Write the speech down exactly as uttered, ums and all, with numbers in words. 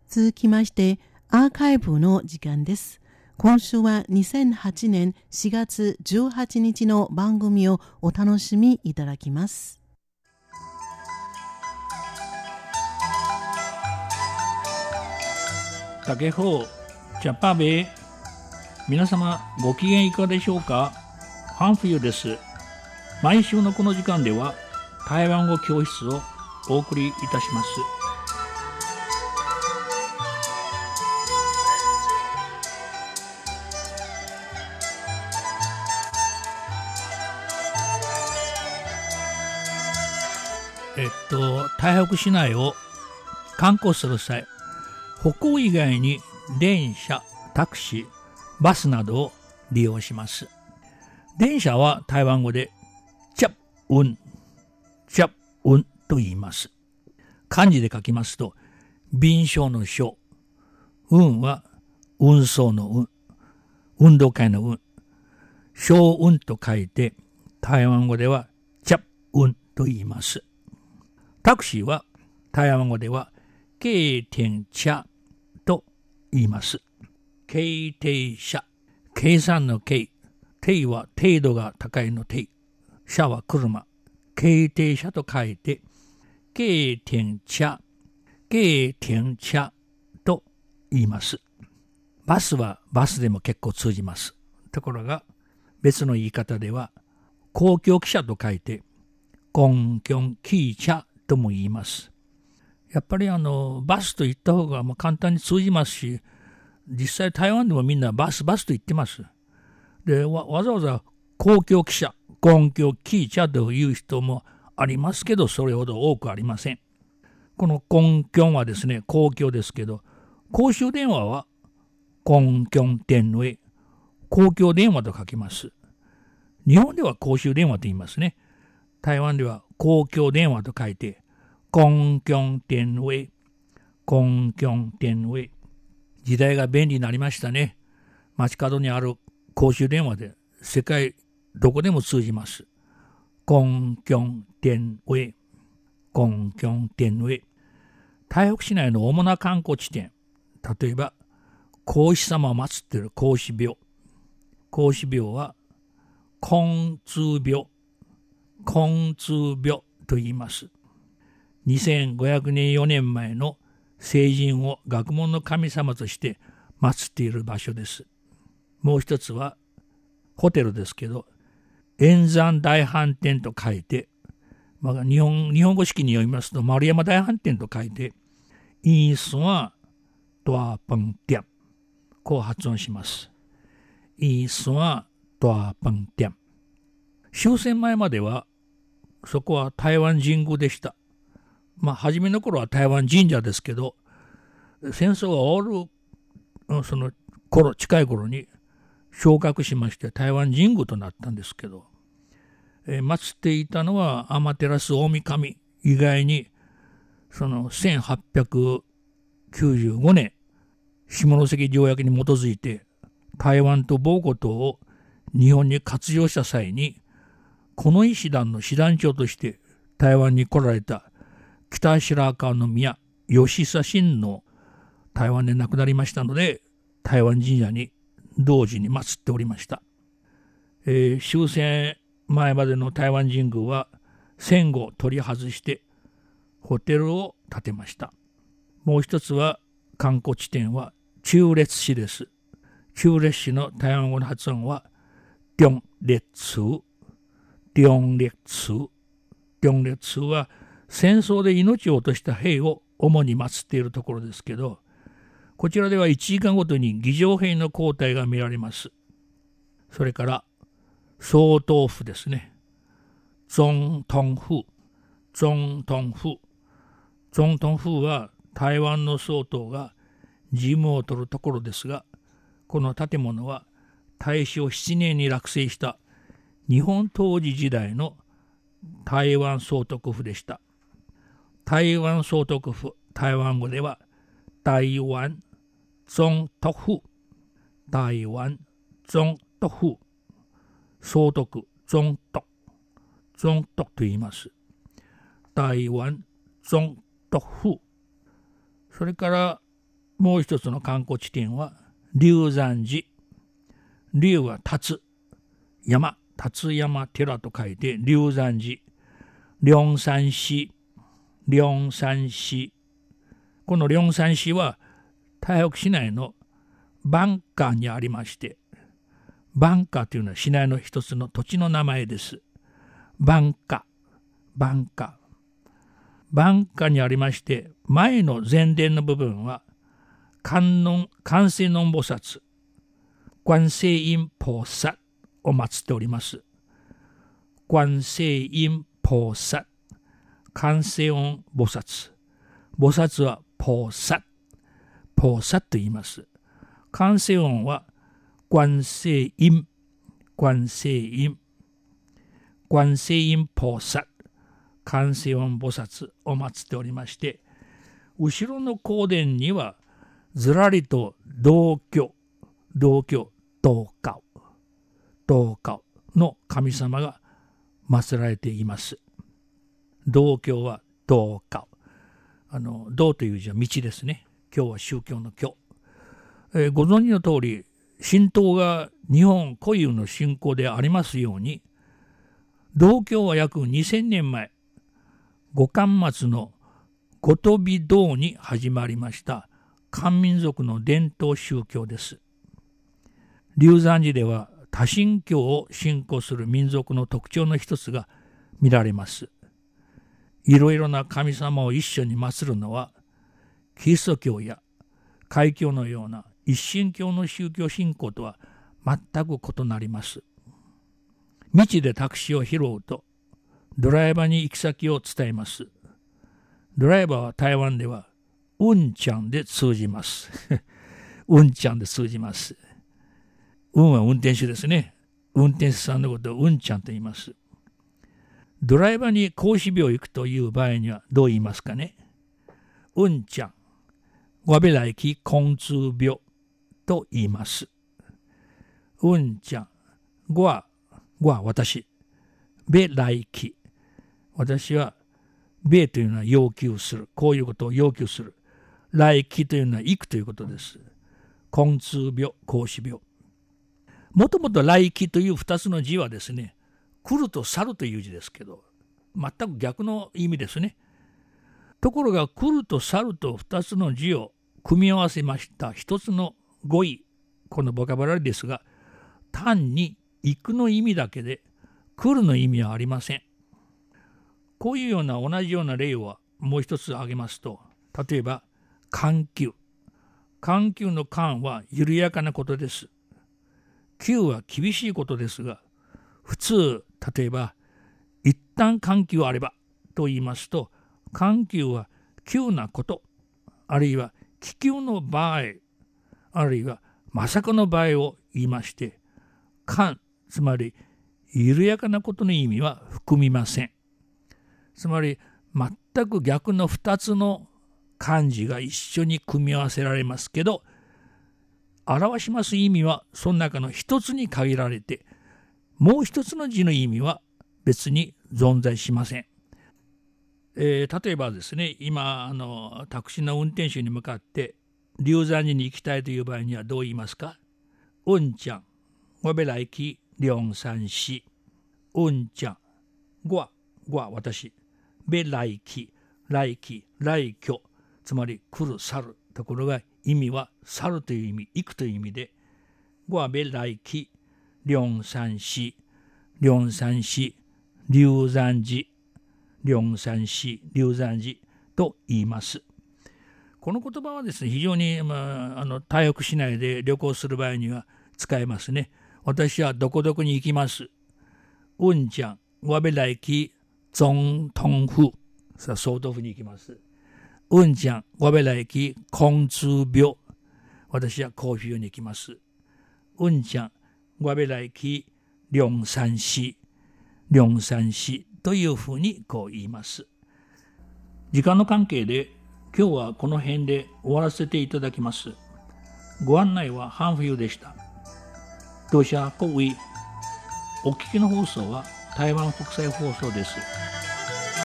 続きましてアーカイブの時間です。今週はにせんはちねんしがつじゅうはちにちの番組をお楽しみいただきます。 大家好、ジャパベ。皆様ご機嫌いかがでしょうか。ファンフユです。毎週のこの時間では台湾語教室をお送りいたします。えっと台北市内を観光する際、歩行以外に電車、タクシー、バスなどを利用します。電車は台湾語でチャッウン、チャッウンと言います。漢字で書きますと、便乗の書、運は運送の運、運動会の運、小運と書いて、台湾語ではチャッウンと言います。タクシーは台湾語では計程車と言います。計程車、計算の計、程は程度が高いの程、車は車、計程車と書いて計程車、計程車と言います。バスはバスでも結構通じます。ところが別の言い方では公共汽車と書いて公共汽車とも言います。やっぱりあのバスと言った方がまあ簡単に通じますし、実際台湾でもみんなバスバスと言ってます。で わ, わざわざ公共汽車、公共汽車という人もありますけど、それほど多くありません。この公共はですね、公共ですけど、公衆電話は公共電話、公共電話と書きます。日本では公衆電話と言いますね。台湾では公共電話と書いて公共電話、公共電話。時代が便利になりましたね。街角にある公衆電話で世界どこでも通じます。公共電話、公共電話。台北市内の主な観光地点、例えば孔子様を祀っている孔子廟。孔子廟は孔子廟、孔子廟と言います。にせんごひゃくねんよねんまえの聖人を学問の神様として祀っている場所です。もう一つはホテルですけど、円山大飯店と書いて、まあ、日本、日本語式に読みますと丸山大飯店と書いてインスワドアパンティャン、こう発音します。インスワドアパンティャン。終戦前まではそこは台湾神宮でした。まあ初めの頃は台湾神社ですけど、戦争が終わるその頃、近い頃に昇格しまして台湾神宮となったんですけど、えー、祀っていたのは天照大神以外に、そのせんはっぴゃくきゅうじゅうごねん下関条約に基づいて台湾と澎湖島を日本に割譲した際に、近衛師団の師団長として台湾に来られた北白川宮義久親王、台湾で亡くなりましたので台湾神社に同時に祀っておりました。えー、終戦前までの台湾神宮は戦後取り外してホテルを建てました。もう一つは観光地点は中列市です。中列市の台湾語の発音は中列市、中列市、中列市は戦争で命を落とした兵を主に祀っているところですけど、こちらではいちじかんごとに儀仗兵の交代が見られます。それから総統府ですね。總統府、總統府。總統府は台湾の総統が事務を取るところですが、この建物は大正しちねんに落成した日本統治時代の台湾総督府でした。台湾総督府、台湾語では台湾总督府、台湾总督府、総督、总督、总督と言います。台湾总督府。それからもう一つの観光地点は龍山寺。龍は立つ山、立山寺と書いて龍山寺。龍山市、龍山市。この龍山市は台北市内のバンカーにありまして、バンカーというのは市内の一つの土地の名前です。バンカ、バンカ。バンカにありまして、前の前殿の部分は観音、観世音菩薩、観世音菩薩を祀っております。観世音菩薩、観世音菩薩。菩薩は菩薩、菩薩と言います。観世音は観世音、観世音、観世音菩薩、観世音菩薩を祀っておりまして、後ろの香殿にはずらりと道教、道教、道教、道教の神様が祀られています。道教は道教。あの道という字は道ですね。教は宗教の教。えー、ご存知の通り、神道が日本固有の信仰でありますように、道教は約にせんねんまえ、五漢末の後鳥羽道に始まりました漢民族の伝統宗教です。龍山寺では多神教を信仰する民族の特徴の一つが見られます。いろいろな神様を一緒に祀るのは、キリスト教や開教のような一神教の宗教信仰とは全く異なります。道でタクシーを拾うと、ドライバーに行き先を伝えます。ドライバーは台湾では、うんちゃんで通じます。うんちゃんで通じます。うんは運転手ですね。運転手さんのことをうんちゃんと言います。ドライバーに孔子廟行くという場合にはどう言いますかね。うんちゃん、わべらいき交通病と言います。うんちゃん、ごは、ごは私。べ来期。私は、べというのは要求する。こういうことを要求する。来期というのは行くということです。交通病、孔子病。もともと来期という二つの字はですね、来ると去るという字ですけど、全く逆の意味ですね。ところが、来ると去ると二つの字を組み合わせました一つの語彙、このボキャブラリーですが、単に行くの意味だけで、来るの意味はありません。こういうような同じような例をもう一つ挙げますと、例えば、緩急。緩急の緩は緩やかなことです。急は厳しいことですが、普通、例えば、一旦緩急あればと言いますと、緩急は急なこと、あるいは気急の場合、あるいはまさかの場合を言いまして、緩、つまり緩やかなことの意味は含みません。つまり全く逆の二つの漢字が一緒に組み合わせられますけど、表します意味はその中の一つに限られて、もう一つの字の意味は別に存在しません。えー、例えばですね、今あのタクシーの運転手に向かって龍山寺に行きたいという場合にはどう言いますか。うんちゃん、わべ来期龍山市。うんちゃん、ごは、ごは私。べ来期、来期、来居。つまり来る、去る。ところが意味は去るという意味、行くという意味で、ごはべ来期、龍山市、龍山市、龍山寺、龍山市、龍山寺と言います。この言葉はですね、非常に、まあ、あの台北市内で旅行する場合には使えますね。私はどこどこに行きます。うんちゃん、わべ来期、总統府、さあ総統府に行きます。うんちゃん、わべ来期、交通病、私はコーヒーに行きます。うんちゃん、わべ来期、龍山市、龍山市というふうにこう言います。時間の関係で今日はこの辺で終わらせていただきます。ご案内はハンフユーでした。多謝各位。お聞きの放送は台湾国際放送です。